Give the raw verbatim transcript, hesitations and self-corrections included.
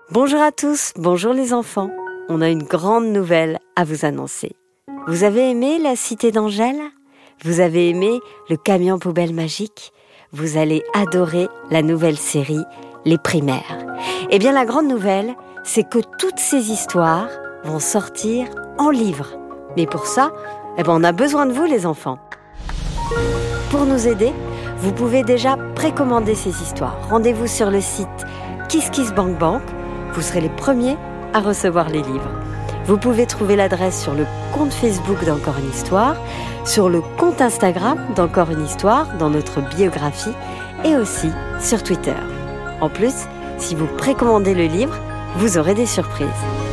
Bonjour à tous, bonjour les enfants. On a une grande nouvelle à vous annoncer. Vous avez aimé la cité d'Angèle ? Vous avez aimé le camion poubelle magique ? Vous allez adorer la nouvelle série Les Primaires. Eh bien, la grande nouvelle, c'est que toutes ces histoires vont sortir en livre. Mais pour ça, eh ben, on a besoin de vous les enfants. Pour nous aider, vous pouvez déjà précommander ces histoires. Rendez-vous sur le site KissKissBankBank. Vous serez les premiers à recevoir les livres. Vous pouvez trouver l'adresse sur le compte Facebook d'Encore une Histoire, sur le compte Instagram d'Encore une Histoire, dans notre biographie, et aussi sur Twitter. En plus, si vous précommandez le livre, vous aurez des surprises.